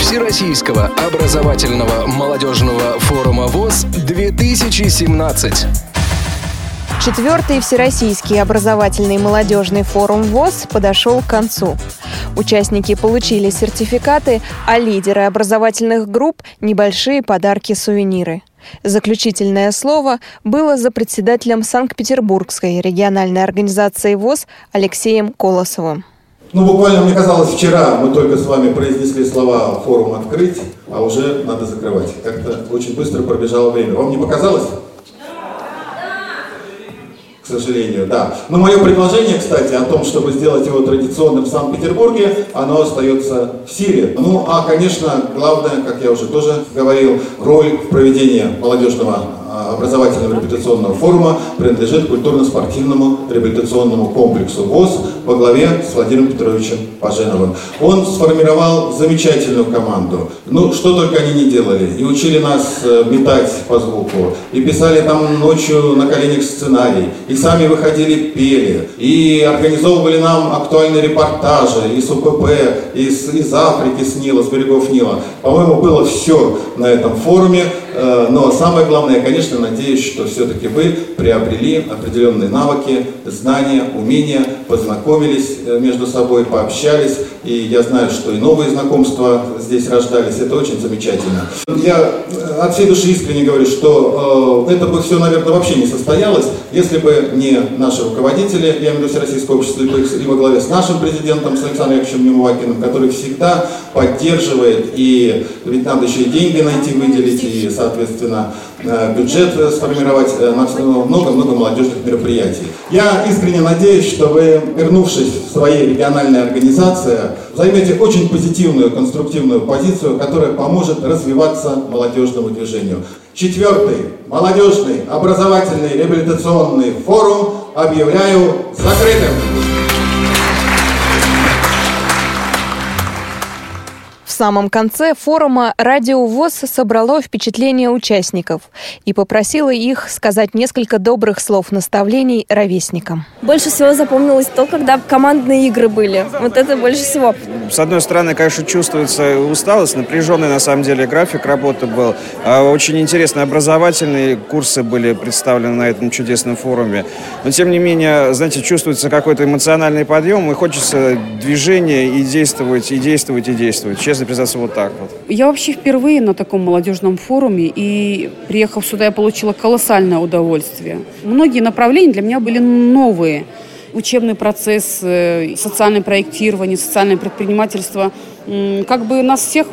Всероссийского образовательного молодежного форума ВОС-2017. 4-й Всероссийский образовательный молодежный форум ВОС подошел к концу. Участники получили сертификаты, а лидеры образовательных групп – небольшие подарки-сувениры. Заключительное слово было за председателем Санкт-Петербургской региональной организации ВОС Алексеем Колосовым. Буквально, мне казалось, вчера мы только с вами произнесли слова «форум открыть», а уже надо закрывать. Как-то очень быстро пробежало время. Вам не показалось? К сожалению, да. Но мое предложение, кстати, о том, чтобы сделать его традиционным в Санкт-Петербурге, оно остается в силе. Конечно, главное, как я уже тоже говорил, роль в проведении молодежного образовательного реабилитационного форума принадлежит культурно-спортивному реабилитационному комплексу ВОС во главе с Владимиром Петровичем Паженовым. Он сформировал замечательную команду. Что только они не делали. И учили нас метать по звуку, и писали там ночью на коленях сценарий, и сами выходили, пели, и организовывали нам актуальные репортажи из УПП, из Африки, с Нила, с берегов Нила. По-моему, было все на этом форуме. Но самое главное, конечно, надеюсь, что все-таки вы приобрели определенные навыки, знания, умения, познакомились между собой, пообщались. И я знаю, что и новые знакомства здесь рождались. Это очень замечательно. Я от всей души искренне говорю, что это бы все, наверное, вообще не состоялось, если бы не наши руководители, я имею в виду Всероссийское общество, и во главе с нашим президентом, с Александром Яковлевичем Немувакиным, который всегда поддерживает, и ведь надо еще и деньги найти, выделить, и, соответственно, бюджет сформировать на много-много молодежных мероприятий. Я искренне надеюсь, что вы, вернувшись в своей региональной организации, займете очень позитивную, конструктивную позицию, которая поможет развиваться молодежному движению. 4-й молодежный образовательный реабилитационный форум объявляю закрытым. В самом конце форума Радио ВОС собрало впечатления участников и попросило их сказать несколько добрых слов наставлений ровесникам. Больше всего запомнилось то, когда командные игры были. Вот это больше всего. С одной стороны, конечно, чувствуется усталость, напряженный на самом деле график работы был. Очень интересные образовательные курсы были представлены на этом чудесном форуме. Но, тем не менее, знаете, чувствуется какой-то эмоциональный подъем, и хочется движения и действовать, и действовать, и действовать. Честно признаться, вот так вот. Я вообще впервые на таком молодежном форуме, и приехав сюда, я получила колоссальное удовольствие. Многие направления для меня были новые. Учебный процесс, социальное проектирование, социальное предпринимательство. Как бы нас всех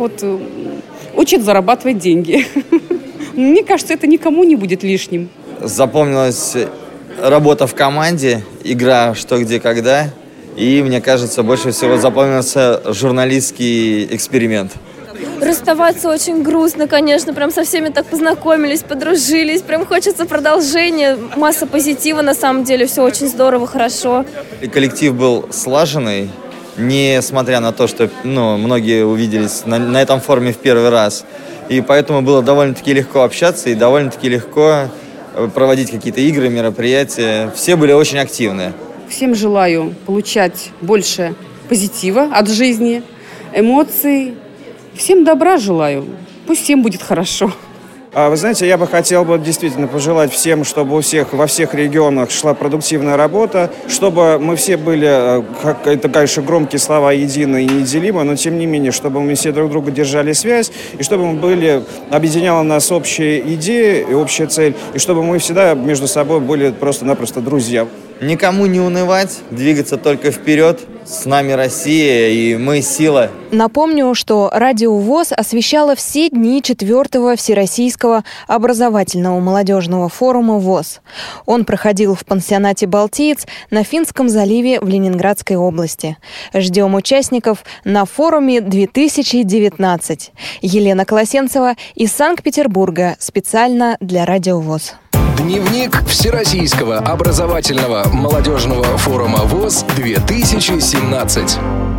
учат зарабатывать деньги. Мне кажется, это никому не будет лишним. Запомнилась работа в команде, игра «Что, где, когда». И, мне кажется, больше всего запомнился журналистский эксперимент. Расставаться очень грустно, конечно. Прям со всеми так познакомились, подружились. Прям хочется продолжения. Масса позитива, на самом деле. Все очень здорово, хорошо. И коллектив был слаженный, несмотря на то, что многие увиделись на этом форуме в первый раз. И поэтому было довольно-таки легко общаться и довольно-таки легко проводить какие-то игры, мероприятия. Все были очень активны. Всем желаю получать больше позитива от жизни, эмоций. Всем добра желаю. Пусть всем будет хорошо. Вы знаете, я бы хотел действительно пожелать всем, чтобы у всех во всех регионах шла продуктивная работа, чтобы мы все были, это, конечно, громкие слова, едины и неделимы, но тем не менее, чтобы мы все друг друга держали связь, и чтобы мы объединяла нас общая идея и общая цель, и чтобы мы всегда между собой были просто-напросто друзья. Никому не унывать, двигаться только вперед. С нами Россия, и мы сила. Напомню, что Радио ВОС освещало все дни 4-го Всероссийского образовательного молодежного форума ВОС. Он проходил в пансионате «Балтиец» на Финском заливе в Ленинградской области. Ждем участников на форуме 2019. Елена Колосенцева из Санкт-Петербурга специально для Радио ВОС. Дневник Всероссийского образовательного молодежного форума ВОС-2017.